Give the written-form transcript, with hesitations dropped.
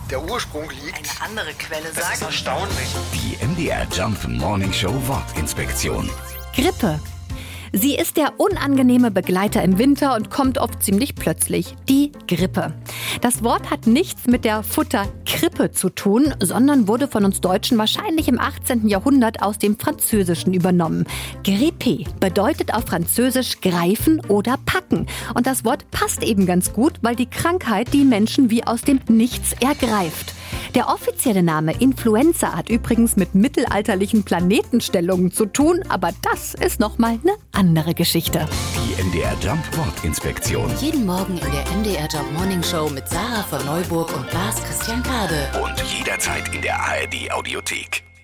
der Ursprung liegt. Eine andere Quelle Das ist sagt... erstaunlich. Die MDR Jump Morning Show Wortinspektion. Grippe. Sie ist der unangenehme Begleiter im Winter und kommt oft ziemlich plötzlich. Die Grippe. Das Wort hat nichts mit der Futterkrippe zu tun, sondern wurde von uns Deutschen wahrscheinlich im 18. Jahrhundert aus dem Französischen übernommen. Grippe bedeutet auf Französisch greifen oder packen. Und das Wort passt eben ganz gut, weil die Krankheit die Menschen wie aus dem Nichts ergreift. Der offizielle Name Influenza hat übrigens mit mittelalterlichen Planetenstellungen zu tun, aber das ist nochmal eine andere Geschichte. Die MDR Jump Wortinspektion. Jeden Morgen in der MDR Jump Morning Show mit Sarah von Neuburg und Lars Christian Kade. Und jederzeit in der ARD Audiothek.